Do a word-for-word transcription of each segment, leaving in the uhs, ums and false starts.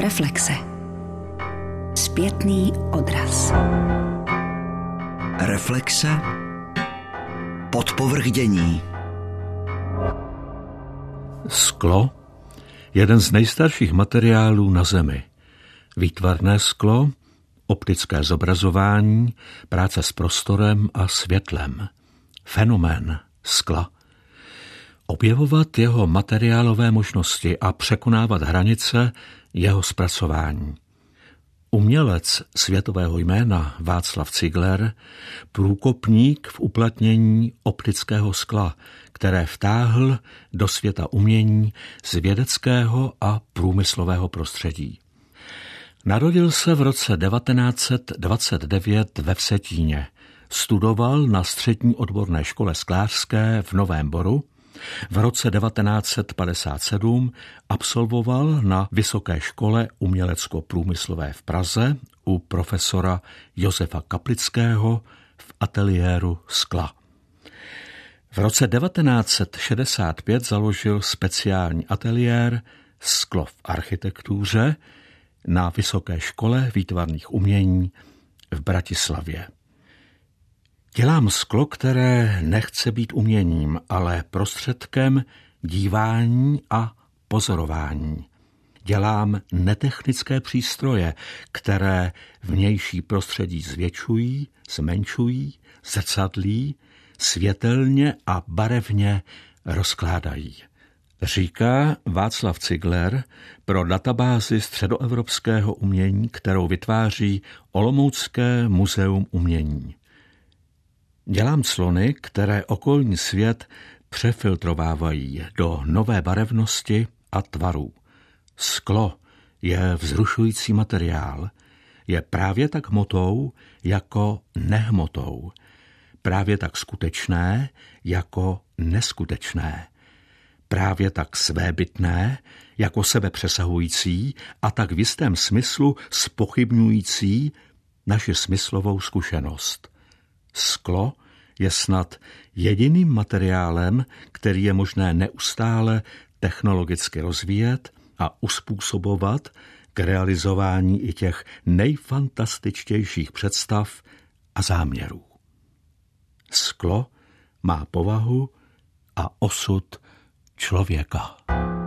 Reflexe. Zpětný odraz. Reflexe. Podpovrchdění. Sklo, jeden z nejstarších materiálů na Zemi. Výtvarné sklo, optické zobrazování, práce s prostorem a světlem. Fenomén skla. Objevovat jeho materiálové možnosti a překonávat hranice jeho zpracování. Umělec světového jména Václav Cigler, průkopník v uplatnění optického skla, které vtáhl do světa umění z vědeckého a průmyslového prostředí. Narodil se v roce devatenáct set dvacet devět ve Vsetíně. Studoval na střední odborné škole sklářské v Novém Boru. V roce devatenáct set padesát sedm absolvoval na Vysoké škole umělecko-průmyslové v Praze u profesora Josefa Kaplického v ateliéru skla. V roce devatenáct set šedesát pět založil speciální ateliér Sklo v architektuře na Vysoké škole výtvarných umění v Bratislavě. Dělám sklo, které nechce být uměním, ale prostředkem dívání a pozorování. Dělám netechnické přístroje, které vnější prostředí zvětšují, zmenšují, zrcadlí, světelně a barevně rozkládají. Říká Václav Cigler pro databázi středoevropského umění, kterou vytváří Olomoucké muzeum umění. Dělám clony, které okolní svět přefiltrovávají do nové barevnosti a tvarů. Sklo je vzrušující materiál. Je právě tak hmotou jako nehmotou. Právě tak skutečné jako neskutečné. Právě tak svébytné jako sebepřesahující a tak v jistém smyslu zpochybňující naši smyslovou zkušenost. Sklo je snad jediným materiálem, který je možné neustále technologicky rozvíjet a uspůsobovat k realizování i těch nejfantastičtějších představ a záměrů. Sklo má povahu a osud člověka.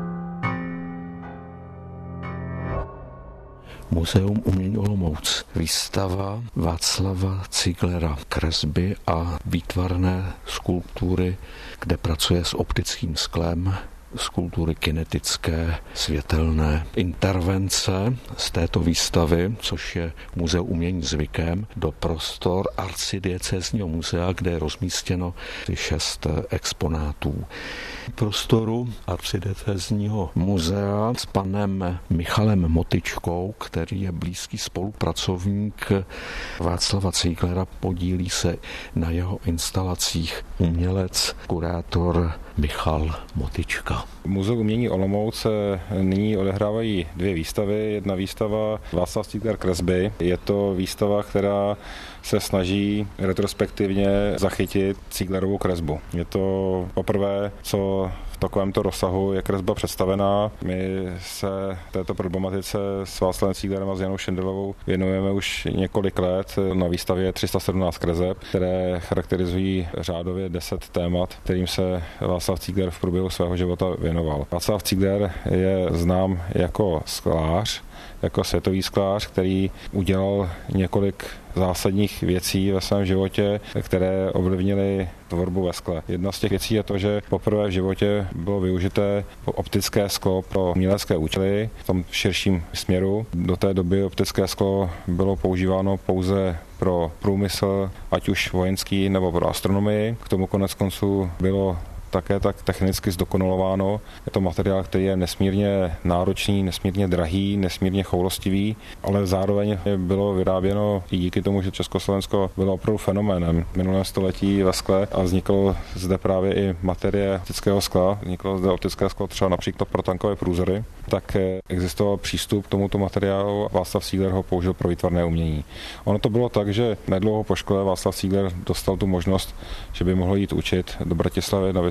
Muzeum umění Olomouc. Výstava Václava Ciglera. Kresby a výtvarné skulptury, kde pracuje s optickým sklem, skulptury kinetické, světelné. Intervence z této výstavy, což je Muzeum umění zvykem, do prostor arcidiecézního muzea, kde je rozmístěno šest exponátů. V prostoru arcidiecézního muzea s panem Michalem Motyčkou, který je blízký spolupracovník Václava Ciglera, podílí se na jeho instalacích umělec, kurátor Michal Motyčka. V Muzeu umění Olomouc se nyní odehrávají dvě výstavy. Jedna výstava Václav Cigler kresby. Je to výstava, která se snaží retrospektivně zachytit Ciglerovou kresbu. Je to poprvé, co v takovémto rozsahu je kresba představená. My se této problematice s Václavem Ciglerem a s Janou Šindelovou věnujeme už několik let. Na výstavě je tři sta sedmnáct kreseb, které charakterizují řádově deset témat, kterým se Václav Cigler v průběhu svého života věnoval. Václav Cigler je znám jako sklář, jako světový sklář, který udělal několik zásadních věcí ve svém životě, které ovlivnily tvorbu ve skle. Jedna z těch věcí je to, že poprvé v životě bylo využité optické sklo pro umělecké účely v tom širším směru. Do té doby optické sklo bylo používáno pouze pro průmysl, ať už vojenský nebo pro astronomii. K tomu konec konců bylo také tak technicky zdokonalováno. Je to materiál, který je nesmírně náročný, nesmírně drahý, nesmírně choulostivý, ale zároveň bylo vyráběno i díky tomu, že Československo bylo opravdu fenoménem v minulém století ve skle a vzniklo zde právě i materie optického skla. Vzniklo zde optické sklo třeba například pro tankové průzory. Tak existoval přístup k tomuto materiálu a Václav Cigler ho použil pro výtvarné umění. Ono to bylo tak, že nedlouho po škole Václav Cigler dostal tu možnost, že by mohl jít učit do Bratislavy na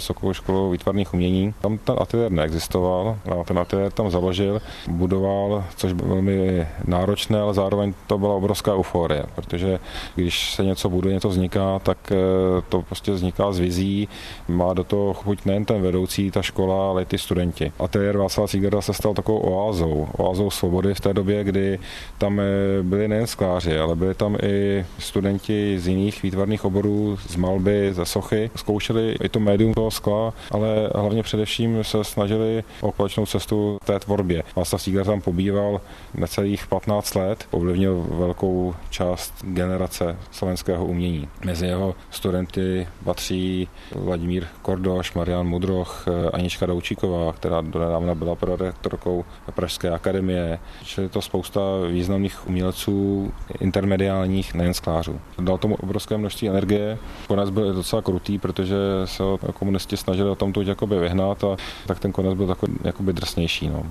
Vysokou školou výtvarných umění. Tam ten ateliér neexistoval, a ten ateliér tam založil, budoval, což bylo velmi náročné, ale zároveň to byla obrovská euforie, protože když se něco buduje, něco vzniká, tak to prostě vzniká z vizí, má do toho chuť nejen ten vedoucí, ta škola, ale i ty studenti. Ateliér Václava Cíglera se stal takovou oázou, oázou svobody v té době, kdy tam byli nejen skláři, ale byli tam i studenti z jiných výtvarných oborů, z malby, ze sochy. Zkoušeli i to médium toho skla, ale hlavně především se snažili o kolečnou cestu té tvorbě. Václav Cígler tam pobýval necelých patnáct let, ovlivnil velkou část generace slovenského umění. Mezi jeho studenty patří Vladimír Kordoš, Marian Mudroch, Anička Doučíková, která donedávna byla prorektorkou Pražské akademie. Čili to spousta významných umělců, intermediálních, nejen sklářů. Dal tomu obrovské množství energie. Konec byl docela krutý, protože se komunisti snažili o tom tu jakoby vyhnat, a tak ten konec byl takový jakoby drsnější. No.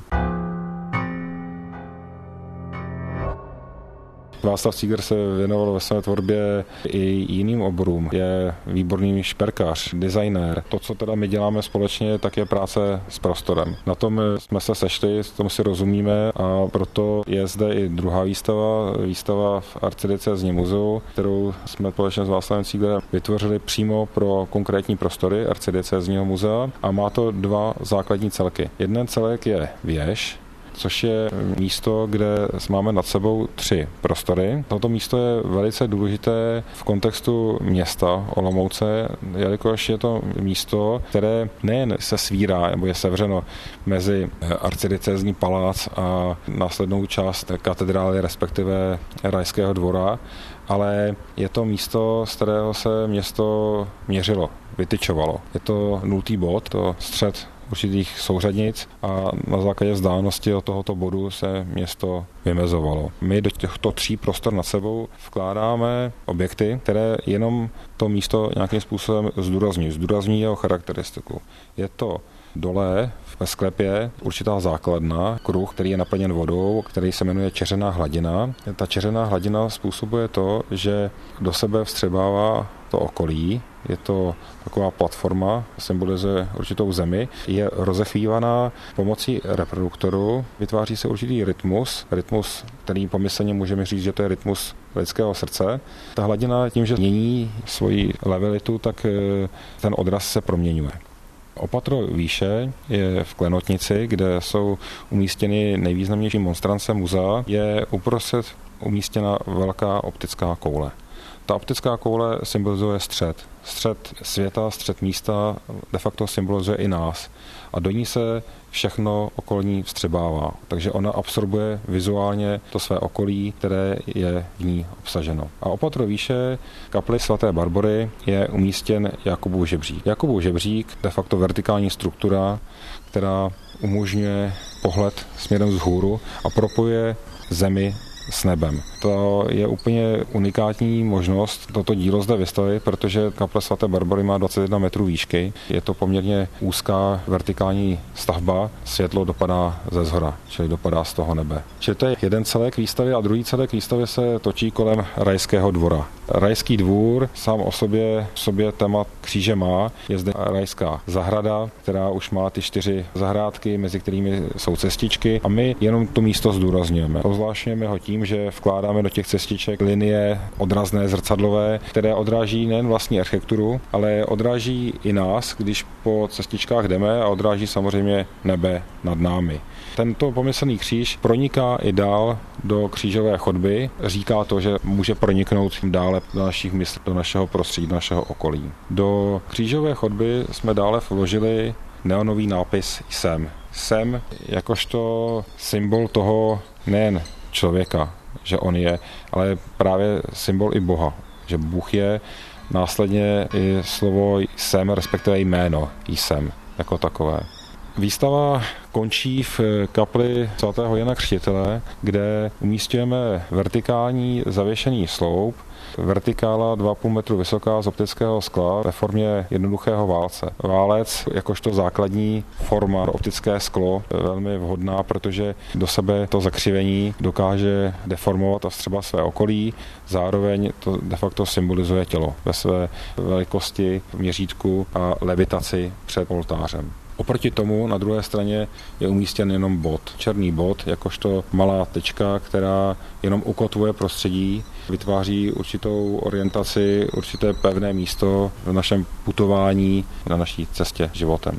Václav Cígler se věnoval ve své tvorbě i jiným oborům. Je výborný šperkař, designér. To, co teda my děláme společně, tak je práce s prostorem. Na tom jsme se sešli, tomu si rozumíme, a proto je zde i druhá výstava, výstava v Arcidiecézním muzeu, kterou jsme společně s Václavem Cíglerem vytvořili přímo pro konkrétní prostory Arcidiecézního muzea, a má to dva základní celky. Jeden celek je věž, což je místo, kde máme nad sebou tři prostory. Toto místo je velice důležité v kontextu města Olomouce, jelikož je to místo, které nejen se svírá, nebo je sevřeno mezi arcidiecézní palác a následnou část katedrály, respektive Rajského dvora, ale je to místo, z kterého se město měřilo, vytyčovalo. Je to nultý bod, to střed určitých souřadnic, a na základě vzdálenosti od tohoto bodu se město vymezovalo. My do těchto tří prostor nad sebou vkládáme objekty, které jenom to místo nějakým způsobem zdůrazňují, zdůrazňují jeho charakteristiku. Je to dole ve sklepě určitá základna, kruh, který je naplněn vodou, který se jmenuje čeřená hladina. Ta čeřená hladina způsobuje to, že do sebe vstřebává to okolí. Je to taková platforma, symbolizuje určitou zemi, je rozechvívaná pomocí reproduktoru, vytváří se určitý rytmus, rytmus, který pomyslně můžeme říct, že to je rytmus lidského srdce. Ta hladina tím, že mění svoji levelitu, tak ten odraz se proměňuje. O patro výše je v Klenotnici, kde jsou umístěny nejvýznamnější monstrance muzea, je uprostřed umístěna velká optická koule. Ta optická koule symbolizuje střed. Střed světa, střed místa de facto symbolizuje i nás. A do ní se všechno okolní vstřebává. Takže ona absorbuje vizuálně to své okolí, které je v ní obsaženo. A o patro výše kapli svaté Barbory je umístěn Jakubův žebřík. Jakubův žebřík, de facto vertikální struktura, která umožňuje pohled směrem vzhůru a propojuje zemi s nebem. To je úplně unikátní možnost toto dílo zde vystavit, protože kaple svaté Barbory má dvacet jedna metrů výšky. Je to poměrně úzká vertikální stavba, světlo dopadá ze zhora, čili dopadá z toho nebe. Čili to je jeden celek výstavy, a druhý celek výstavy se točí kolem Rajského dvora. Rajský dvůr sám o sobě, v sobě téma kříže má. Je zde rajská zahrada, která už má ty čtyři zahrádky, mezi kterými jsou cestičky, a my jenom to místo zdůrazňujeme. Ozvláštňujeme ho tím, že vkládáme do těch cestiček linie odrazné, zrcadlové, které odráží nejen vlastní architekturu, ale odráží i nás, když po cestičkách jdeme, a odráží samozřejmě nebe nad námi. Tento pomyslný kříž proniká i dál do křížové chodby. Říká to, že může proniknout dále do našich mysl, do našeho prostředí, do našeho okolí. Do křížové chodby jsme dále vložili neonový nápis Jsem. Jsem jakožto symbol toho nejen člověka, že on je, ale právě symbol i Boha, že Bůh je, následně i slovo jsem, respektive jméno jsem jako takové. Výstava končí v kapli svatého Jana Křtitele, kde umístujeme vertikální zavěšený sloup, vertikála dva a půl metru vysoká z optického skla ve formě jednoduchého válce. Válec jakožto základní forma optické sklo velmi vhodná, protože do sebe to zakřivení dokáže deformovat a vstřebat své okolí, zároveň to de facto symbolizuje tělo ve své velikosti, měřítku a levitaci před oltářem. Oproti tomu na druhé straně je umístěn jenom bod. Černý bod, jakožto malá tečka, která jenom ukotvuje prostředí, vytváří určitou orientaci, určité pevné místo v našem putování na naší cestě životem.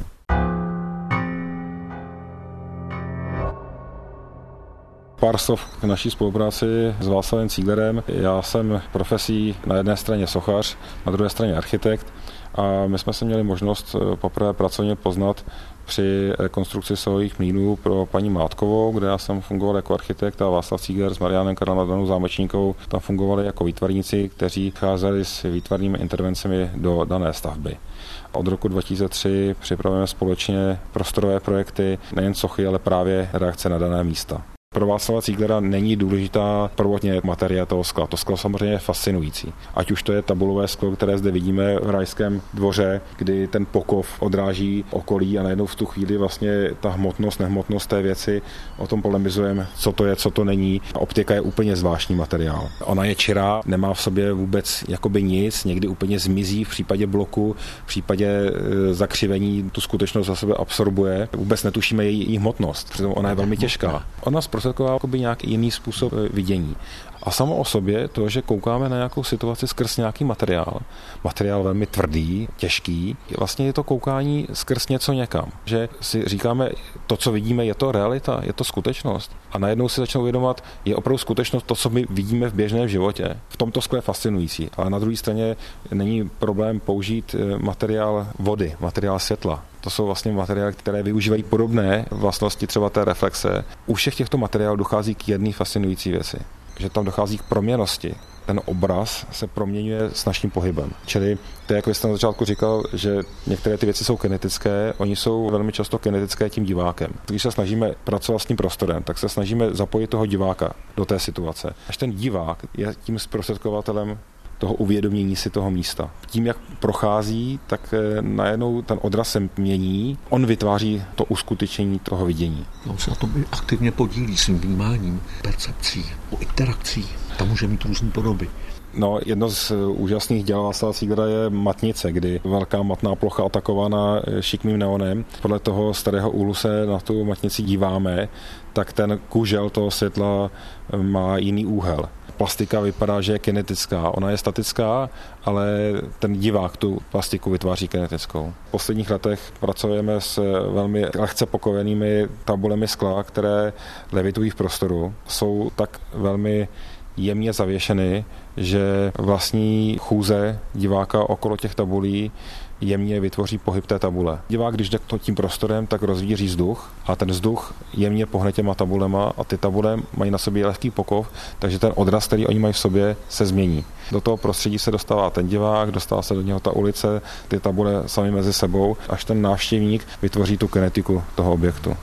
Pár slov k naší spolupráci s Václavem Cíglerem. Já jsem profesí na jedné straně sochař, na druhé straně architekt a my jsme se měli možnost poprvé pracovně poznat při rekonstrukci solových mlýnů pro paní Mátkovou, kde já jsem fungoval jako architekt a Václav Cígler s Mariánem Karlem Zámečníkou tam fungovali jako výtvarníci, kteří cházeli s výtvarnými intervencemi do dané stavby. Od roku dva tisíce tři připravujeme společně prostorové projekty, nejen sochy, ale právě reakce na dané místa. Pro Václava Cíglera není důležitá prvotně materie toho skla. To sklo samozřejmě je fascinující. Ať už to je tabulové sklo, které zde vidíme v Rajském dvoře, kdy ten pokov odráží okolí a najednou v tu chvíli vlastně ta hmotnost, nehmotnost té věci, o tom polemizujeme, co to je, co to není. Optika je úplně zvláštní materiál. Ona je čirá, nemá v sobě vůbec jakoby nic, někdy úplně zmizí v případě bloku, v případě e, zakřivení tu skutečnost za sebe absorbuje. Vůbec netušíme její, její hmotnost, přitom ona je velmi těžká. Ona zprostředková nějaký jiný způsob vidění. A samo o sobě to, že koukáme na nějakou situaci skrz nějaký materiál, materiál velmi tvrdý, těžký, vlastně je to koukání skrz něco někam. Že si říkáme, to, co vidíme, je to realita, je to skutečnost. A najednou si začnou uvědomovat, je opravdu skutečnost to, co my vidíme v běžném životě. V tomto skle je fascinující. Ale na druhé straně není problém použít materiál vody, materiál světla. To jsou vlastně materiály, které využívají podobné vlastnosti třeba té reflexe. U všech těchto materiálů dochází k jedné fascinující věci, že tam dochází k proměnnosti. Ten obraz se proměňuje s naším pohybem. Čili to, jak vy jste na začátku říkal, že některé ty věci jsou kinetické, oni jsou velmi často kinetické tím divákem. Když se snažíme pracovat s tím prostorem, tak se snažíme zapojit toho diváka do té situace. Až ten divák je tím zprostředkovatelem toho uvědomění si toho místa. Tím, jak prochází, tak najednou ten odraz se mění, on vytváří to uskutečnění toho vidění. On se na tom aktivně podílí svým vnímáním, percepcí, o interakcí. Tam může mít různé podoby. No, jedno z úžasných děl Václava Cíglera je Matnice, kdy velká matná plocha atakována šikmým neonem. Podle toho starého úhlu se na tu matnici díváme, tak ten kužel toho světla má jiný úhel. Plastika vypadá, že je kinetická. Ona je statická, ale ten divák tu plastiku vytváří kinetickou. V posledních letech pracujeme s velmi lehce pokovenými tabulemi skla, které levitují v prostoru. Jsou tak velmi jemně zavěšeny, že vlastní chůze diváka okolo těch tabulí jemně vytvoří pohyb té tabule. Divák, když jde tím prostorem, tak rozvíří vzduch a ten vzduch jemně pohne těma tabulema a ty tabule mají na sobě lehký pokov, takže ten odraz, který oni mají v sobě, se změní. Do toho prostředí se dostává ten divák, dostává se do něho ta ulice, ty tabule sami mezi sebou, až ten návštěvník vytvoří tu kinetiku toho objektu.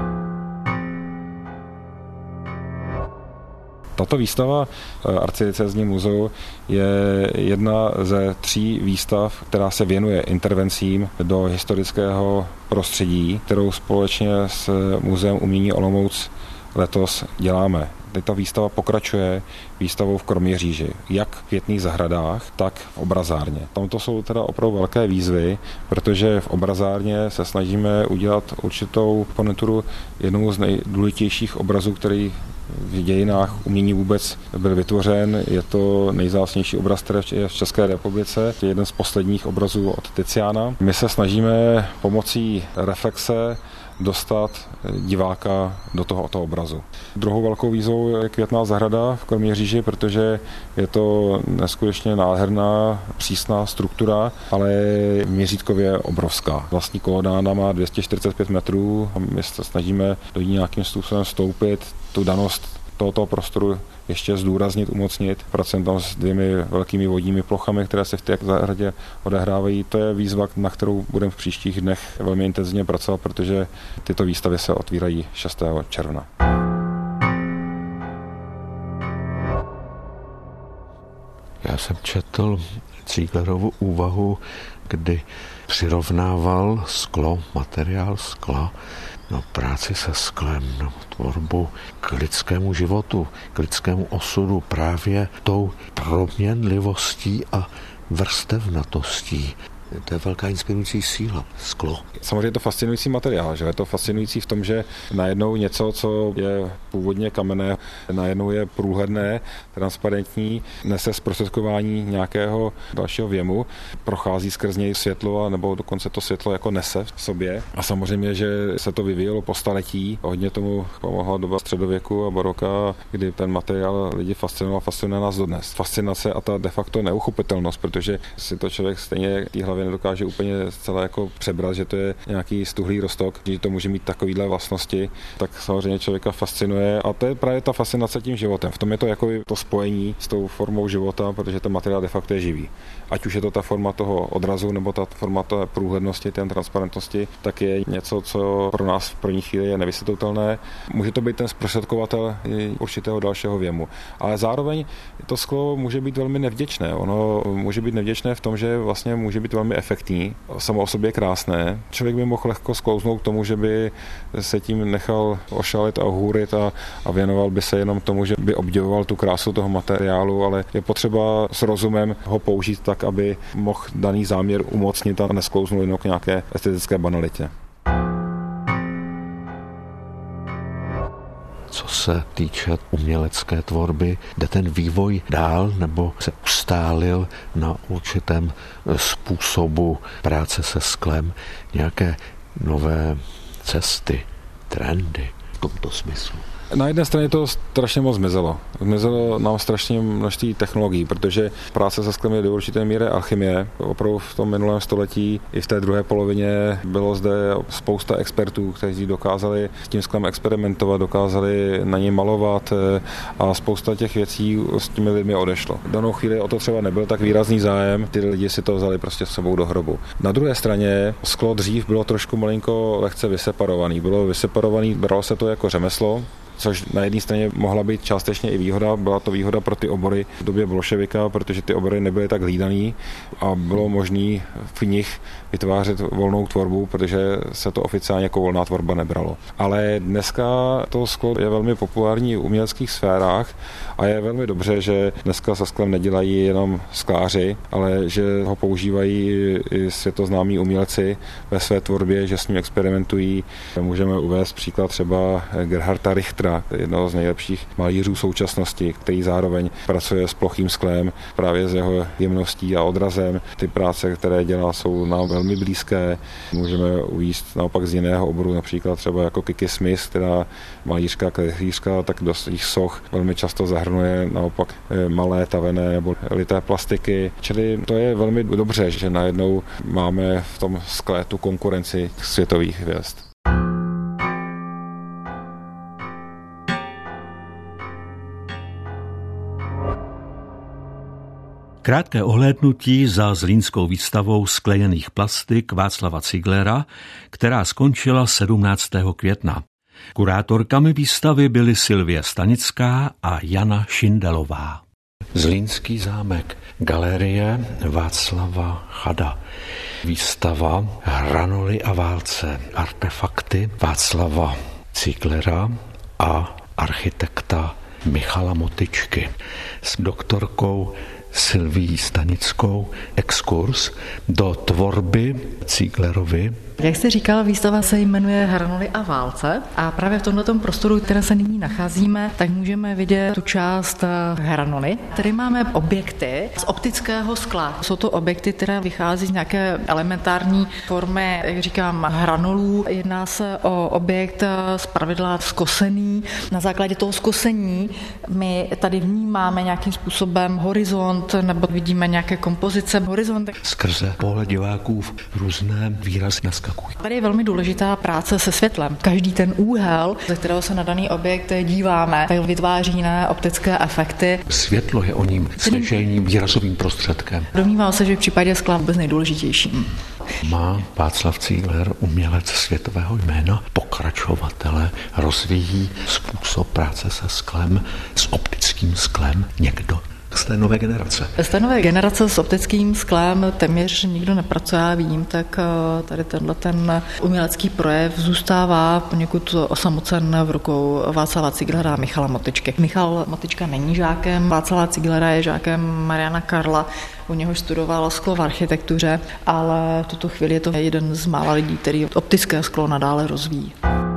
Tato výstava Arcidiecézní muzeu je jedna ze tří výstav, která se věnuje intervencím do historického prostředí, kterou společně s Muzeem umění Olomouc letos děláme. Ta výstava pokračuje výstavou v Kroměříži, jak v květných zahradách, tak v obrazárně. Tam to jsou teda opravdu velké výzvy, protože v obrazárně se snažíme udělat určitou ponenturu jednomu z nejdůležitějších obrazů, který v dějinách umění vůbec byl vytvořen. Je to nejvzácnější obraz, který je v České republice. Je jeden z posledních obrazů od Tiziana. My se snažíme pomocí reflexe dostat diváka do toho, toho obrazu. Druhou velkou výzvou je květná zahrada v Kroměříži, protože je to neskutečně nádherná, přísná struktura, ale měřítkově obrovská. Vlastní kolonáda má dvě stě čtyřicet pět metrů a my se snažíme do ní nějakým způsobem vstoupit, tu danost tohoto prostoru ještě zdůraznit, umocnit. Pracujeme tam s dvěmi velkými vodními plochami, které se v té zahradě odehrávají. To je výzva, na kterou budeme v příštích dnech velmi intenzivně pracovat, protože tyto výstavy se otvírají šestého června. Já jsem četl Zieglerovu úvahu, kdy přirovnával sklo, materiál skla, no, práci se sklem, no, tvorbu k lidskému životu, k lidskému osudu právě tou proměnlivostí a vrstevnatostí. To je velká inspirující síla, sklo. Samozřejmě je to fascinující materiál, že je to fascinující v tom, že najednou něco, co je původně kamenné, najednou je průhledné, transparentní, nese zprostředkování nějakého dalšího věmu, prochází skrz něj světlo, nebo dokonce to světlo jako nese v sobě. A samozřejmě, že se to vyvíjelo po staletí. Hodně tomu pomohla doba středověku a baroka, kdy ten materiál lidi fascinoval, fascinuje nás dodnes. Fascinace a ta de facto neuchopitelnost, protože si to člověk stejně v té hlavě nedokáže úplně zcela jako přebrat, že to je nějaký stuhlý roztok, že to může mít takovýhle vlastnosti, tak samozřejmě člověka fascinuje a to je právě ta fascinace tím životem. V tom je to jako to spojení s tou formou života, protože ten materiál de facto je živý. Ať už je to ta forma toho odrazu nebo ta forma té průhlednosti, té transparentnosti, tak je něco, co pro nás v první chvíli je nevysvětlitelné. Může to být ten zprostředkovatel určitého dalšího věmu. Ale zároveň to sklo může být velmi nevděčné. Ono může být nevděčné v tom, že vlastně může být velmi efektní, samo o sobě krásné. Člověk by mohl lehko sklouznout k tomu, že by se tím nechal ošalit a ohůrit a, a věnoval by se jenom tomu, že by obdivoval tu krásu toho materiálu, ale je potřeba s rozumem ho použít tak, aby mohl daný záměr umocnit a nesklouznul jenom k nějaké estetické banalitě. Co se týče umělecké tvorby, jde ten vývoj dál nebo se ustálil na určitém způsobu práce se sklem, nějaké nové cesty, trendy v tomto smyslu? Na jedné straně to strašně moc zmizelo. Zmizelo nám strašně množství technologií, protože práce se sklem je do určité míry alchymie. Opravdu v tom minulém století i v té druhé polovině bylo zde spousta expertů, kteří dokázali s tím sklem experimentovat, dokázali na něj malovat a spousta těch věcí s těmi lidmi odešlo. V danou chvíli o to třeba nebyl tak výrazný zájem, ty lidi si to vzali prostě s sebou do hrobu. Na druhé straně sklo dřív bylo trošku malinko lehce vyseparovaný. Bylo vyseparovaný, bralo se to jako řemeslo, což na jedné straně mohla být částečně i výhoda. Byla to výhoda pro ty obory v době bolševika, protože ty obory nebyly tak hlídaný a bylo možné v nich vytvářet volnou tvorbu, protože se to oficiálně jako volná tvorba nebralo. Ale dneska to sklo je velmi populární v uměleckých sférách a je velmi dobře, že dneska se sklem nedělají jenom skláři, ale že ho používají i světoznámí umělci ve své tvorbě, že s ním experimentují. Můžeme uvést příklad třeba Gerharda Richtera, jednoho z nejlepších malířů současnosti, který zároveň pracuje s plochým sklem, právě s jeho jemností a odrazem. Ty práce, které dělá, jsou nám velmi blízké. Můžeme uvést naopak z jiného oboru, například třeba jako Kiki Smith, která malířka, kleřířka, tak do svých soch velmi často zahrnuje naopak malé tavené nebo lité plastiky. Čili to je velmi dobře, že najednou máme v tom skle tu konkurenci světových hvězd. Krátké ohlédnutí za zlínskou výstavou skleněných plastik Václava Zieglera, která skončila sedmnáctého května. Kurátorkami výstavy byly Sylvie Stanická a Jana Šindelová. Zlínský zámek, galerie Václava Chada, výstava Hranoly a válce, artefakty Václava Zieglera a architekta Michala Motyčky s doktorkou Sylvií Stanickou exkurs do tvorby Zieglerovy. Jak jste říkal, výstava se jmenuje Hranoly a válce a právě v tomto prostoru, které se nyní nacházíme, tak můžeme vidět tu část hranoly. Tady máme objekty z optického skla. Jsou to objekty, které vychází z nějaké elementární formy, jak říkám, hranolů. Jedná se o objekt zpravidla skosený. Na základě toho skosení my tady vnímáme nějakým způsobem horizont, horizont, nebo vidíme nějaké kompozice horizont. Skrze pohled diváků různé výrazy naskakují. Tady je velmi důležitá práce se světlem. Každý ten úhel, ze kterého se na daný objekt díváme, tak vytváří jiné optické efekty. Světlo je o ním stěžejním výrazovým prostředkem. Domnívám se, že v případě skla vůbec nejdůležitějším. Má Václav Ziegler, umělec světového jména, pokračovatele, rozvíjí způsob práce se sklem, s optickým sklem někdo z té nové generace. Z té nové generace s optickým sklem téměř nikdo nepracuje, já vím, tak tady tenhle ten umělecký projev zůstává poněkud osamocen v rukou Václava Zieglera a Michala Motyčky. Michal Motyčka není žákem Václava Zieglera, je žákem Mariana Karla, u něhož studoval sklo v architektuře, ale v tuto chvíli je to jeden z mála lidí, který optické sklo nadále rozvíjí.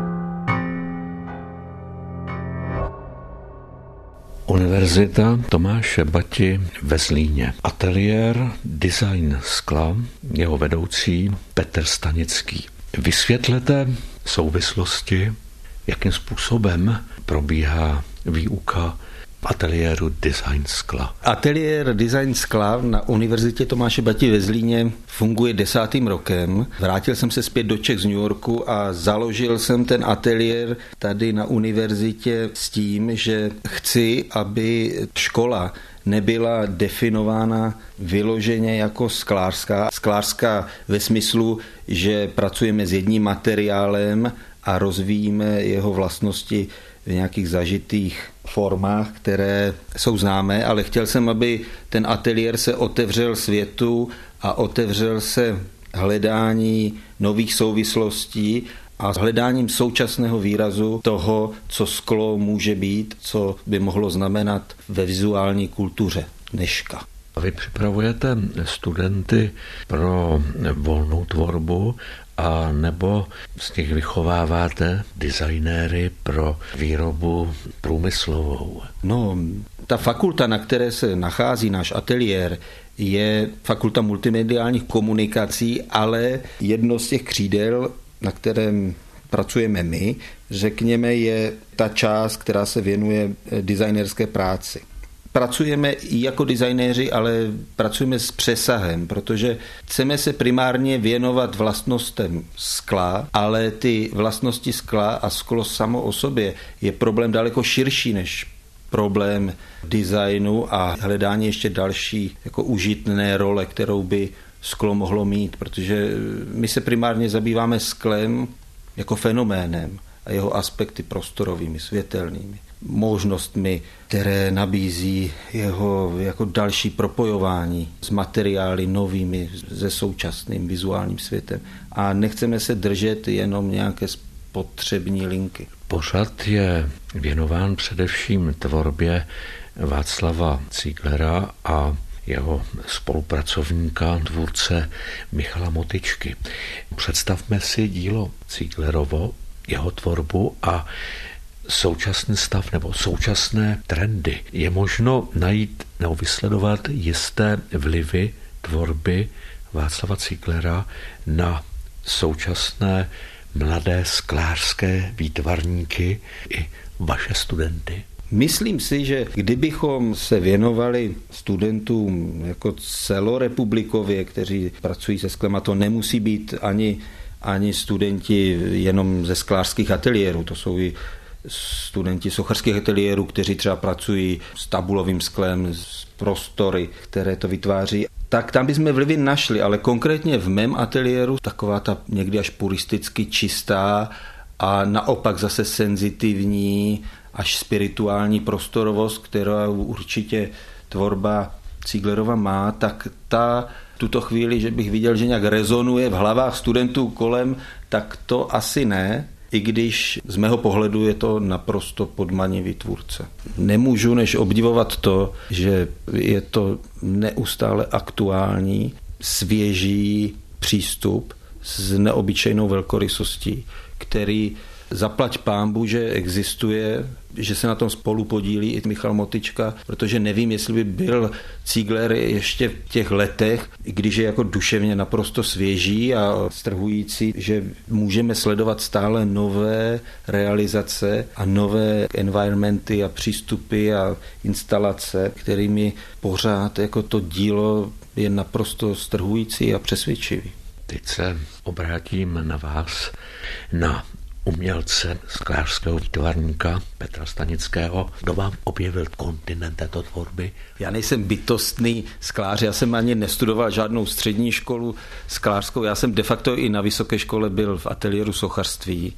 Univerzita Tomáše Bati ve Zlíně. Ateliér design skla, jeho vedoucí Petr Stanický. Vysvětlete souvislosti, jakým způsobem probíhá výuka ateliéru design skla. Ateliér design skla na Univerzitě Tomáše Bati ve Zlíně funguje desátým rokem. Vrátil jsem se zpět do Čech z New Yorku a založil jsem ten ateliér tady na univerzitě s tím, že chci, aby škola nebyla definována vyloženě jako sklářská. Sklářská ve smyslu, že pracujeme s jedním materiálem a rozvíjíme jeho vlastnosti v nějakých zažitých formách, které jsou známé, ale chtěl jsem, aby ten ateliér se otevřel světu a otevřel se hledání nových souvislostí a hledáním současného výrazu toho, co sklo může být, co by mohlo znamenat ve vizuální kultuře dneška. Vy připravujete studenty pro volnou tvorbu a nebo z nich vychováváte designéry pro výrobu průmyslovou? No, ta fakulta, na které se nachází náš ateliér, je fakulta multimediálních komunikací, ale jedno z těch křídel, na kterém pracujeme my, řekněme, je ta část, která se věnuje designerské práci. Pracujeme i jako designéři, ale pracujeme s přesahem, protože chceme se primárně věnovat vlastnostem skla, ale ty vlastnosti skla a sklo samo o sobě je problém daleko širší než problém designu a hledání ještě další jako užitné role, kterou by sklo mohlo mít, protože my se primárně zabýváme sklem jako fenoménem a jeho aspekty prostorovými, světelnými, možnostmi, které nabízí jeho jako další propojování s materiály novými, se současným vizuálním světem. A nechceme se držet jenom nějaké spotřební linky. Pořad je věnován především tvorbě Václava Zieglera a jeho spolupracovníka, tvůrce Michala Motyčky. Představme si dílo Zieglerovo, jeho tvorbu a současný stav nebo současné trendy. Je možno najít nebo vysledovat jisté vlivy tvorby Václava Zieglera na současné mladé sklářské výtvarníky i vaše studenty? Myslím si, že kdybychom se věnovali studentům jako celorepublikově, kteří pracují se sklem, a to nemusí být ani, ani studenti jenom ze sklářských ateliérů, to jsou i studenti sochařských ateliérů, kteří třeba pracují s tabulovým sklem, s prostory, které to vytváří, tak tam bychom vlivy našli, ale konkrétně v mém ateliéru taková ta někdy až puristicky čistá a naopak zase senzitivní až spirituální prostorovost, kterou určitě tvorba Zieglerova má, tak ta v tuto chvíli, že bych viděl, že nějak rezonuje v hlavách studentů kolem, tak to asi ne, i když z mého pohledu je to naprosto podmanivý tvůrce. Nemůžu než obdivovat to, že je to neustále aktuální, svěží přístup s neobyčejnou velkorysostí, který zaplať pánbu, že existuje, že se na tom spolu podílí i Michal Motyčka, protože nevím, jestli by byl Ziegler ještě v těch letech, když je jako duševně naprosto svěží a strhující, že můžeme sledovat stále nové realizace a nové environmenty a přístupy a instalace, kterými pořád jako to dílo je naprosto strhující a přesvědčivý. Teď se obrátím na vás, na umělce, sklářského výtvarníka Petra Stanického. Kdo vám objevil kontinent této tvorby? Já nejsem bytostný sklář, já jsem ani nestudoval žádnou střední školu sklářskou, já jsem de facto i na vysoké škole byl v ateliéru sochařství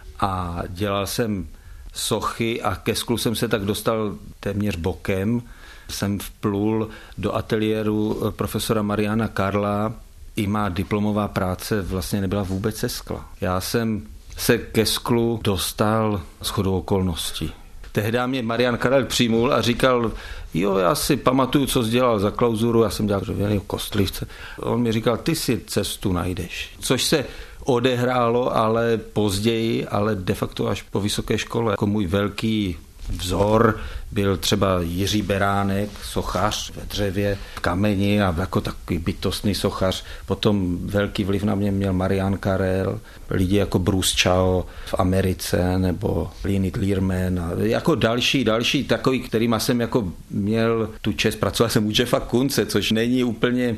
a dělal jsem sochy a ke sklu jsem se tak dostal téměř bokem. Jsem vplul do ateliéru profesora Mariana Karla, i má diplomová práce vlastně nebyla vůbec ze skla. Já jsem se ke sklu dostal shodou okolností. Tehdy mě Marian Karel přijmul a říkal, jo, já si pamatuju, co jsi dělal za klauzuru, já jsem dělal dřevěného kostlivce. On mi říkal, ty si cestu najdeš. Což se odehrálo, ale později, ale de facto až po vysoké škole. Jako můj velký vzor byl třeba Jiří Beránek, sochař ve dřevě, v kameni a jako takový bytostný sochař. Potom velký vliv na mě měl Marian Karel, lidi jako Bruce Chao v Americe nebo Leonid Learman a jako další, další takový, kterýma jsem jako měl tu čest, pracoval jsem u Jeffa Kunce, což není úplně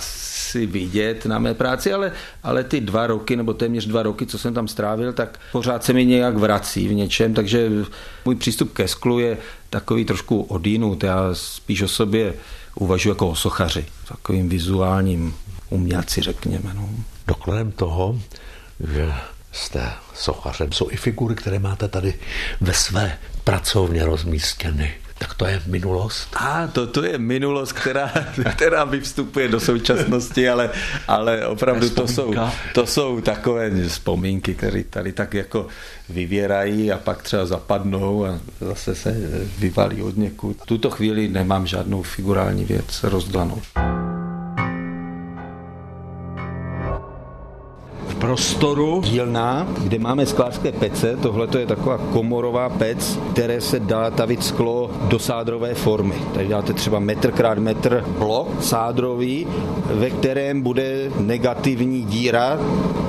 asi vidět na mé práci, ale, ale ty dva roky, nebo téměř dva roky, co jsem tam strávil, tak pořád se mi nějak vrací v něčem, takže můj přístup ke sklu je takový trošku odinut. Já spíš o sobě uvažuji jako o sochaři, takovým vizuálním umělci, řekněme. No. Dokladem toho, že jste sochařem, jsou i figury, které máte tady ve své pracovně rozmístěny. Tak to je minulost? A to, to je minulost, která, která vyvstupuje do současnosti, ale, ale opravdu to jsou, to jsou takové vzpomínky, které tady tak jako vyvěrají a pak třeba zapadnou a zase se vyvalí od někud. V tuto chvíli nemám žádnou figurální věc rozdlanou. Prostoru. Dílna, kde máme sklářské pece, tohle je taková komorová pec, které se dá tavit sklo do sádrové formy. Tady dáte třeba metr krát metr blok sádrový, ve kterém bude negativní díra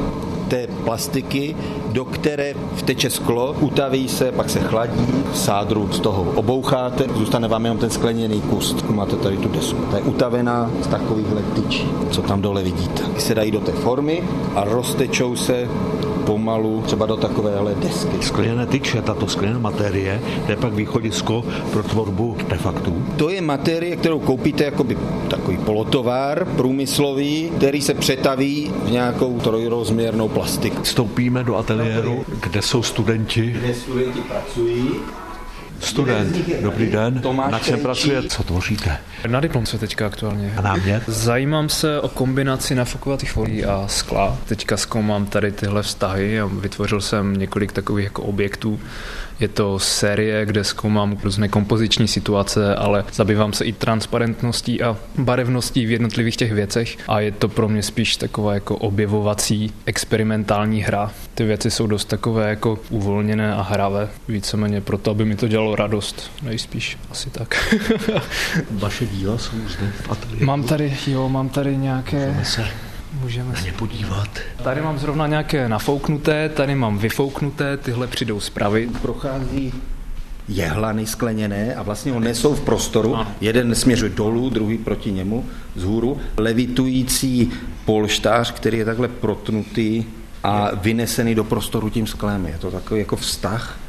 té plastiky, do které vteče sklo, utaví se, pak se chladí, sádru z toho oboucháte, zůstane vám jenom ten skleněný kus. Máte tady tu desku. Ta je utavená z takovýchhle tyčí, co tam dole vidíte. Ty se dají do té formy a roztečou se pomalu třeba do takovéhle desky. Skleněné tyče, tato skleněná materie, to je pak východisko pro tvorbu artefaktů. To je materie, kterou koupíte jakoby takový polotovár průmyslový, který se přetaví v nějakou trojrozměrnou plastiku. Vstoupíme do ateliéru, kde jsou studenti. Kde studenti pracují. Student, dobrý den. Tomáš Na čem pracuje? Co tvoříte? Na diplomce teďka aktuálně. A námět? Zajímám se o kombinaci nafukovacích folií a skla. Teďka zkoumám tady tyhle vztahy a vytvořil jsem několik takových jako objektů. Je to série, kde zkoumám různé kompoziční situace, ale zabývám se i transparentností a barevností v jednotlivých těch věcech a je to pro mě spíš taková jako objevovací experimentální hra. Ty věci jsou dost takové jako uvolněné a hravé, víceméně proto, aby mi to dělalo radost, nejspíš asi tak. Vaše díla jsou zde v ateliéru? Mám tady, jo, mám tady nějaké... Můžeme se Můžeme na ně podívat. Tady mám zrovna nějaké nafouknuté, tady mám vyfouknuté, tyhle přijdou spravit. Prochází jehlany skleněné a vlastně ho nesou v prostoru. Ano. Jeden směřuje dolů, druhý proti němu vzhůru. Levitující polštář, který je takhle protnutý a vynesený do prostoru tím sklem. Je to takový jako vztah,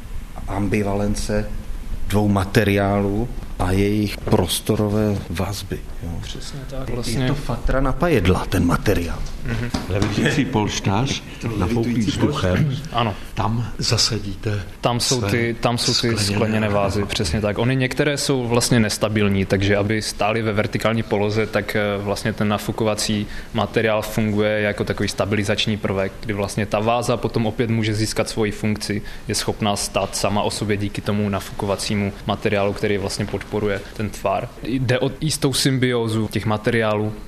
ambivalence dvou materiálů a jejich prostorové vazby. Jo. Přesně tak. Vlastně. Je to fatra na pajedla, ten materiál. Mm-hmm. Levitující polštář nafouklý vzduchem. Ano. Tam zasadíte. Tam jsou ty, tam jsou ty skleněné vázy, přesně tak. Ony některé jsou vlastně nestabilní, takže aby stály ve vertikální poloze, tak vlastně ten nafukovací materiál funguje jako takový stabilizační prvek, kdy vlastně ta váza potom opět může získat svoji funkci, je schopná stát sama o sobě díky tomu nafukovacímu materiálu, který vlastně podporuje ten tvar. Jde o jistou symbiózu těch materiálů,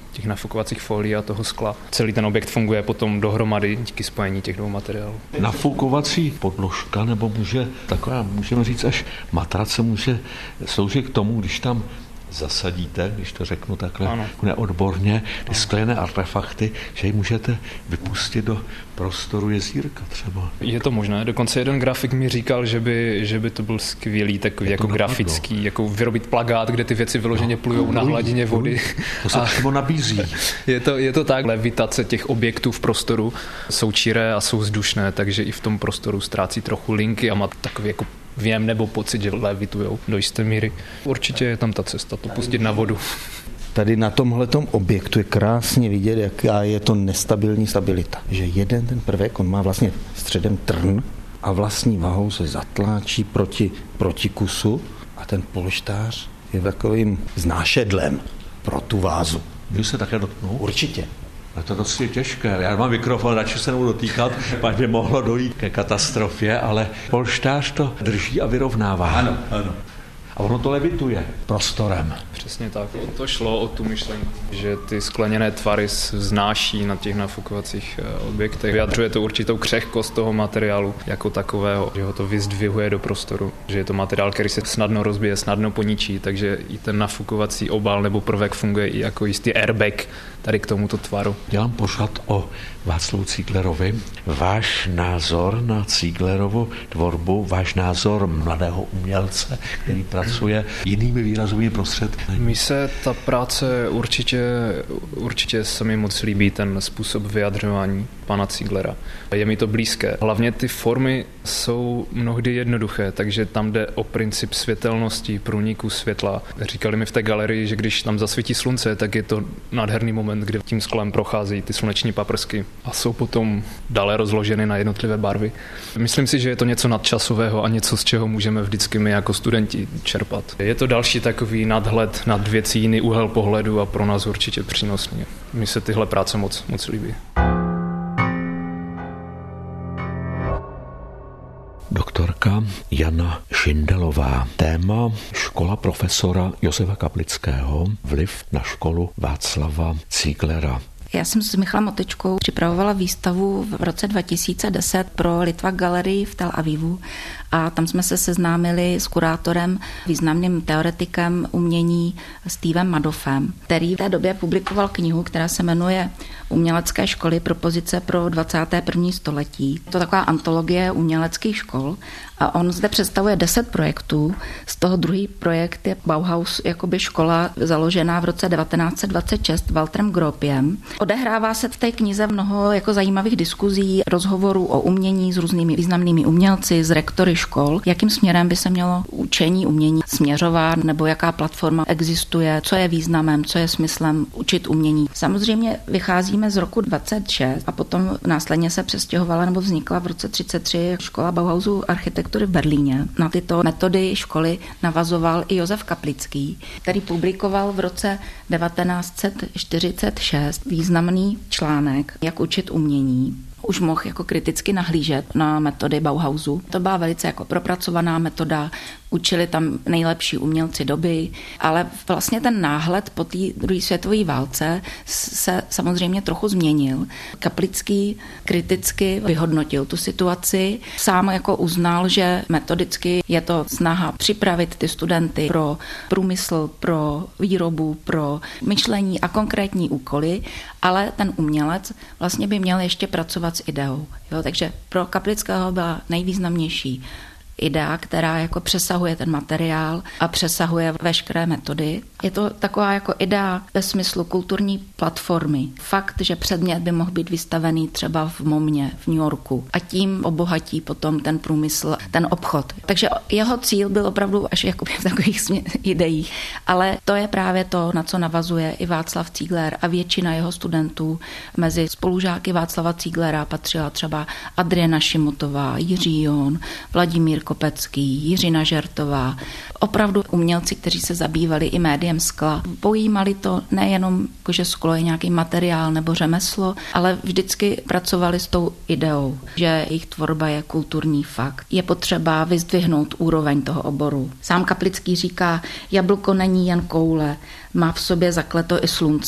těch nafukovacích folií a toho skla. Celý ten objekt funguje potom dohromady díky spojení těch dvou materiálů. Nafukovací podložka, nebo může taková, můžeme říct až matrace, může sloužit k tomu, když tam zasadíte, když to řeknu takhle ano. neodborně, ty sklené artefakty, že ji můžete vypustit do prostoru jezírka třeba. Je to možné, dokonce jeden grafik mi říkal, že by, že by to byl skvělý takový jako grafický, jako vyrobit plakát, kde ty věci vyloženě no, plujou na hladině vody. To se přímo nabízí. Je to, je to tak, levitace těch objektů v prostoru jsou čiré a jsou vzdušné, takže i v tom prostoru ztrácí trochu linky a má takový jako věm nebo pocit, že levitujou do jisté míry. Určitě je tam ta cesta, to pustit na vodu. Tady na tomhletom objektu je krásně vidět, jaká je to nestabilní stabilita. Že jeden ten prvek, on má vlastně středem trn a vlastní vahou se zatláčí proti, proti kusu a ten polštář je takovým znášedlem pro tu vázu. Můžu se také dotknout? Určitě. Je to dosti těžké. Já mám mikrofon, radši se nebudu dotýkat, pak by mohlo dojít ke katastrofě, ale polštář to drží a vyrovnává. Ano, ano. A ono to levituje prostorem. Přesně tak. To šlo o tu myšlenku, že ty skleněné tvary vznáší na těch nafukovacích objektech. Vyjadřuje to určitou křehkost toho materiálu jako takového, že ho to vyzdvihuje do prostoru, že je to materiál, který se snadno rozbije, snadno poničí, takže i ten nafukovací obal nebo prvek funguje i jako jistý airbag tady k tomuto tvaru. Dělám pořad o Václavu Zieglerovi. Váš názor na Zieglerovu tvorbu, váš názor mladého umělce, který pracuje jinými výrazovými prostředky. Mi se ta práce určitě, určitě se mi moc líbí ten způsob vyjadřování pana Zieglera. Je mi to blízké. Hlavně ty formy jsou mnohdy jednoduché, takže tam jde o princip světelnosti, průniku světla. Říkali mi v té galerii, že když tam zasvítí slunce, tak je to nádherný moment, kdy tím sklem prochází ty sluneční paprsky a jsou potom dále rozloženy na jednotlivé barvy. Myslím si, že je to něco nadčasového a něco, z čeho můžeme vždycky my jako studenti čerpat. Je to další takový nadhled nad věcí, jiný úhel pohledu a pro nás určitě přínosný. Mně se tyhle práce moc, moc líbí. Doktorka Jana Šindelová. Téma škola profesora Josefa Kaplického, vliv na školu Václava Zieglera. Já jsem s Michalem Motyčkou připravovala výstavu v roce dva tisíce deset pro Litvak galerii v Tel Avivu a tam jsme se seznámili s kurátorem, významným teoretikem umění Stevem Madoffem, který v té době publikoval knihu, která se jmenuje Umělecké školy propozice pro dvacáté první století. To je taková antologie uměleckých škol a on zde představuje deset projektů. Z toho druhý projekt je Bauhaus, jakoby škola založená v roce devatenáct set dvacet šest Walterem Gropiusem. Odehrává se v té knize mnoho jako zajímavých diskuzí, rozhovorů o umění s různými významnými umělci, s rektory škol, jakým směrem by se mělo učení umění směřovat, nebo jaká platforma existuje, co je významem, co je smyslem učit umění. Samozřejmě vycházíme z roku dvacet šest a potom následně se přestěhovala nebo vznikla v roce třicet tři škola Bauhausu architektury v Berlíně. Na tyto metody školy navazoval i Josef Kaplický, který publikoval v roce devatenáct set čtyřicet šest významný článek, jak učit umění. Už mohl jako kriticky nahlížet na metody Bauhausu. To byla velice jako propracovaná metoda, učili tam nejlepší umělci doby, ale vlastně ten náhled po té druhé světové válce se samozřejmě trochu změnil. Kaplický kriticky vyhodnotil tu situaci, sám jako uznal, že metodicky je to snaha připravit ty studenty pro průmysl, pro výrobu, pro myšlení a konkrétní úkoly, ale ten umělec vlastně by měl ještě pracovat s ideou. Jo, takže pro Kaplického byla nejvýznamnější idea, která jako přesahuje ten materiál a přesahuje veškeré metody. Je to taková jako idea ve smyslu kulturní platformy. Fakt, že předmět by mohl být vystavený třeba v Momě, v New Yorku a tím obohatí potom ten průmysl, ten obchod. Takže jeho cíl byl opravdu až jako v takových ideích, ale to je právě to, na co navazuje i Václav Ziegler a většina jeho studentů. Mezi spolužáky Václava Zieglera patřila třeba Adriana Šimutová, Jiří Jon, Vladimír Kopecký, Jiřina Žertová. Opravdu umělci, kteří se zabývali i médiem skla. Pojímali to nejenom, jako že sklo je nějaký materiál nebo řemeslo, ale vždycky pracovali s tou ideou, že jejich tvorba je kulturní fakt. Je potřeba vyzdvihnout úroveň toho oboru. Sám Kaplický říká, jablko není jen koule, má v sobě zakleto i slunce.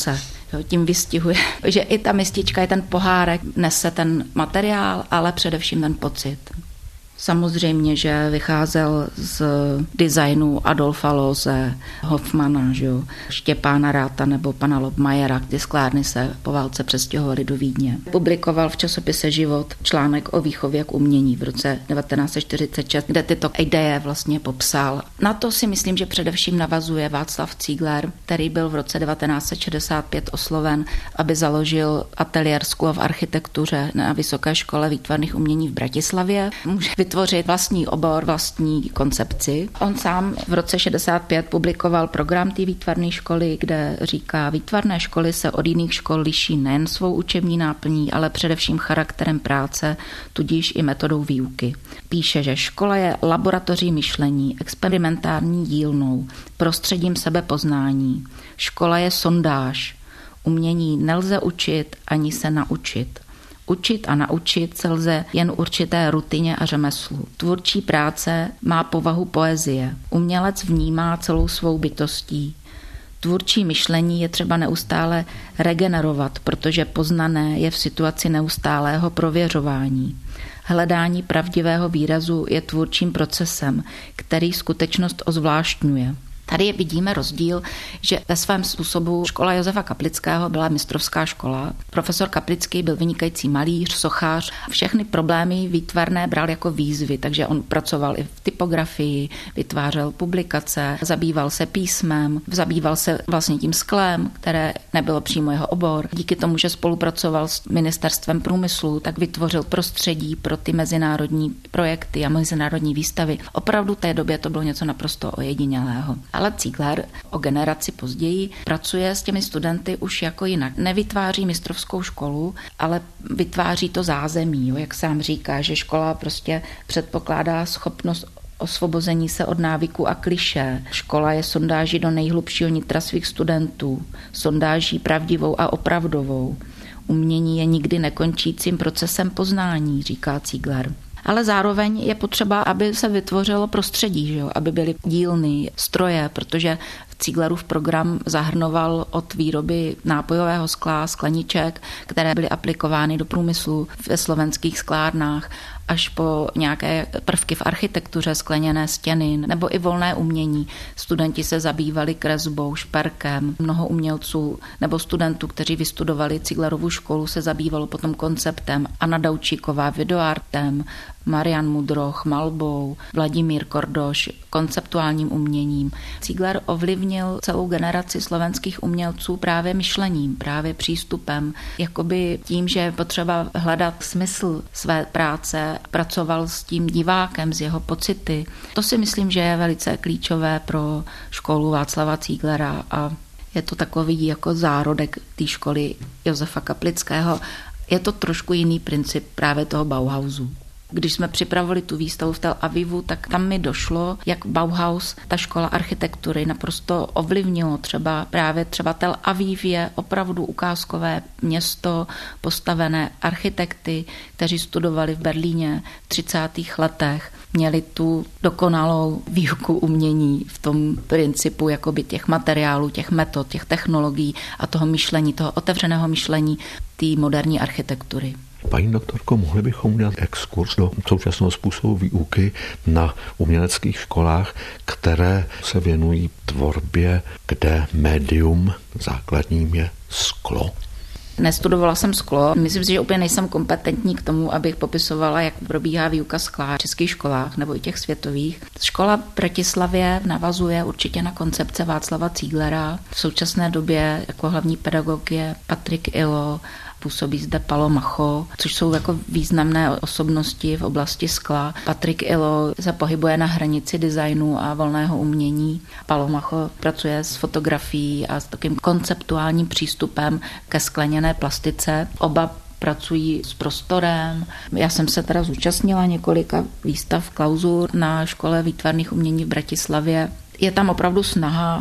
Tím vystihuje, že i ta mistička, i ten pohárek nese ten materiál, ale především ten pocit. Samozřejmě, že vycházel z designu Adolfa Loose, Hoffmana, že jo, Štěpána Ráta nebo pana Lobmajera, kdy sklárny se po válce přestěhovaly do Vídně. Publikoval v časopise Život článek o výchově k umění v roce devatenáct set čtyřicet šest, kde tyto ideje vlastně popsal. Na to si myslím, že především navazuje Václav Ziegler, který byl v roce devatenáct set šedesát pět osloven, aby založil ateliér School of Architecture na Vysoké škole výtvarných umění v Bratislavě. Může vytvořit vlastní obor, vlastní koncepci. On sám v roce šedesát pět publikoval program té výtvarné školy, kde říká, výtvarné školy se od jiných škol liší nejen svou učební náplní, ale především charakterem práce, tudíž i metodou výuky. Píše, že škola je laboratoří myšlení, experimentální dílnou, prostředím sebepoznání. Škola je sondáž. Umění nelze učit ani se naučit. Učit a naučit se lze jen určité rutině a řemeslu. Tvůrčí práce má povahu poezie. Umělec vnímá celou svou bytostí. Tvůrčí myšlení je třeba neustále regenerovat, protože poznané je v situaci neustálého prověřování. Hledání pravdivého výrazu je tvůrčím procesem, který skutečnost ozvláštňuje. Tady vidíme rozdíl, že ve svém způsobu škola Josefa Kaplického byla mistrovská škola. Profesor Kaplický byl vynikající malíř, sochař. Všechny problémy výtvarné bral jako výzvy, takže on pracoval i v typografii, vytvářel publikace, zabýval se písmem, zabýval se vlastně tím sklem, které nebylo přímo jeho obor. Díky tomu, že spolupracoval s ministerstvem průmyslu, tak vytvořil prostředí pro ty mezinárodní projekty a mezinárodní výstavy. Opravdu v té době to bylo něco naprosto ojedinělého. Ale Ziegler o generaci později pracuje s těmi studenty už jako jinak. Nevytváří mistrovskou školu, ale vytváří to zázemí, jo, jak sám říká, že škola prostě předpokládá schopnost osvobození se od návyků a klišé. Škola je sondáží do nejhlubšího nitra svých studentů, sondáží pravdivou a opravdovou. Umění je nikdy nekončícím procesem poznání, říká Ziegler. Ale zároveň je potřeba, aby se vytvořilo prostředí, že jo? Aby byly dílny, stroje, protože v Zieglerův program zahrnoval od výroby nápojového skla, skleniček, které byly aplikovány do průmyslu ve slovenských sklárnách, až po nějaké prvky v architektuře, skleněné stěny nebo i volné umění. Studenti se zabývali kresbou, šperkem. Mnoho umělců nebo studentů, kteří vystudovali Zieglerovu školu, se zabývalo potom konceptem. Anna Daučíková videoartem, Marian Mudroch malbou, Vladimír Kordoš konceptuálním uměním. Ziegler ovlivnil celou generaci slovenských umělců právě myšlením, právě přístupem, jakoby tím, že je potřeba hledat smysl své práce, pracoval s tím divákem, s jeho pocity. To si myslím, že je velice klíčové pro školu Václava Zieglera a je to takový jako zárodek té školy Josefa Kaplického. Je to trošku jiný princip právě toho Bauhausu. Když jsme připravili tu výstavu v Tel Avivu, tak tam mi došlo, jak Bauhaus, ta škola architektury, naprosto ovlivnilo třeba právě třeba Tel Aviv je opravdu ukázkové město, postavené architekty, kteří studovali v Berlíně v třicátých letech, měli tu dokonalou výuku umění v tom principu jakoby těch materiálů, těch metod, těch technologií a toho myšlení, toho otevřeného myšlení té moderní architektury. Paní doktorko, mohli bychom udělat exkurs do současného způsobu výuky na uměleckých školách, které se věnují tvorbě, kde médium základním je sklo? Nestudovala jsem sklo. Myslím si, že úplně nejsem kompetentní k tomu, abych popisovala, jak probíhá výuka skla v českých školách nebo i těch světových. Škola v Bratislavě navazuje určitě na koncepce Václava Zieglera. V současné době jako hlavní pedagog je Patrik Illo, působí zde Palo Macho, což jsou jako významné osobnosti v oblasti skla. Patrik Illo se pohybuje na hranici designu a volného umění. Palo Macho pracuje s fotografií a s takým konceptuálním přístupem ke skleněné plastice. Oba pracují s prostorem. Já jsem se teda zúčastnila několika výstav klauzur na škole výtvarných umění v Bratislavě. Je tam opravdu snaha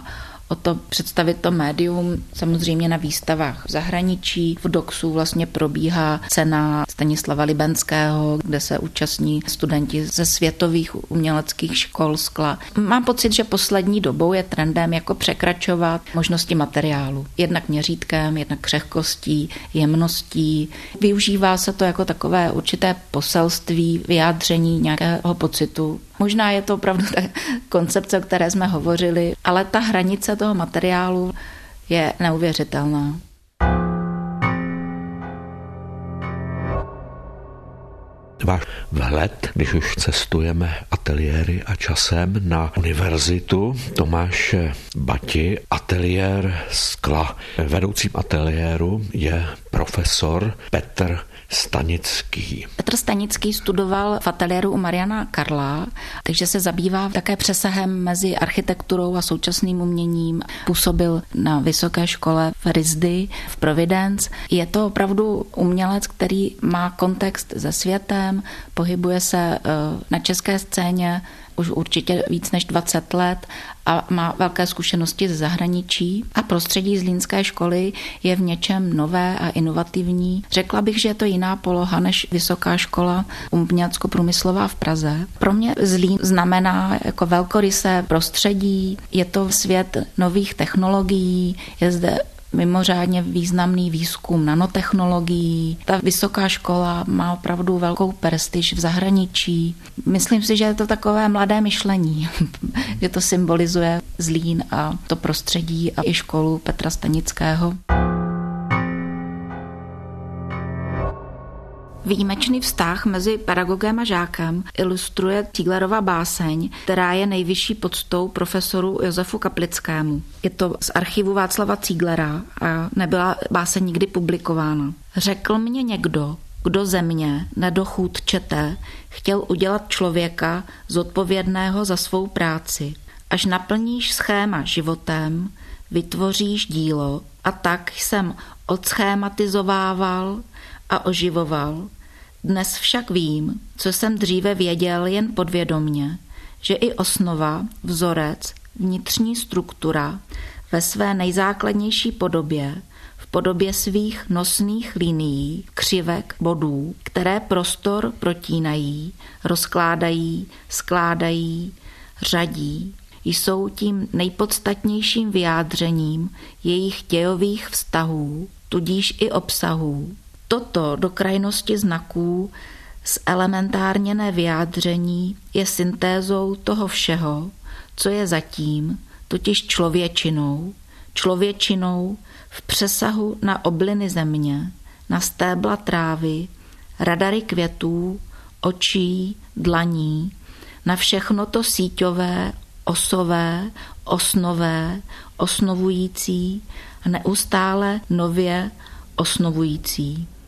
o to představit to médium samozřejmě na výstavách v zahraničí. V Doxu vlastně probíhá cena Stanislava Libenského, kde se účastní studenti ze světových uměleckých škol skla. Mám pocit, že poslední dobou je trendem jako překračovat možnosti materiálu. Jednak měřítkem, jednak křehkostí, jemností. Využívá se to jako takové určité poselství, vyjádření nějakého pocitu. Možná je to opravdu ta koncepce, o které jsme hovořili, ale ta hranice toho materiálu je neuvěřitelná. Váš vhled, když už cestujeme ateliéry a časem na univerzitu Tomáše Bati, ateliér skla. Vedoucím ateliéru je profesor Petr Stanický. Petr Stanický studoval v ateliéru u Mariana Karla, takže se zabývá také přesahem mezi architekturou a současným uměním. Působil na vysoké škole v Risdy v Providence. Je to opravdu umělec, který má kontext se světem, pohybuje se na české scéně už určitě víc než dvacet let a má velké zkušenosti ze zahraničí a prostředí Zlínské školy je v něčem nové a inovativní. Řekla bych, že je to jiná poloha než Vysoká škola umělecko-průmyslová v Praze. Pro mě Zlín znamená jako velkorysé prostředí, je to svět nových technologií, je zde mimořádně významný výzkum nanotechnologií. Ta vysoká škola má opravdu velkou prestiž v zahraničí. Myslím si, že je to takové mladé myšlení, že to symbolizuje Zlín a to prostředí a i školu Petra Stanického. Výjimečný vztah mezi pedagogem a žákem ilustruje Zieglerova báseň, která je nejvyšší poctou profesoru Josefu Kaplickému. Je to z archivu Václava Zieglera a nebyla báseň nikdy publikována. Řekl mě někdo, kdo ze mě, nedochůdčete, chtěl udělat člověka zodpovědného za svou práci. Až naplníš schéma životem, vytvoříš dílo a tak jsem odschématizovával a oživoval. Dnes však vím, co jsem dříve věděl jen podvědomně, že i osnova, vzorec, vnitřní struktura ve své nejzákladnější podobě, v podobě svých nosných linií, křivek, bodů, které prostor protínají, rozkládají, skládají, řadí, jsou tím nejpodstatnějším vyjádřením jejich dějových vztahů, tudíž i obsahů. Toto do krajnosti znaků zelementárněné vyjádření je syntézou toho všeho, co je zatím, totiž člověčinou, člověčinou v přesahu na obliny země, na stébla trávy, radary květů, očí, dlaní, na všechno to síťové, osové, osnové, osnovující a neustále nově osnovující.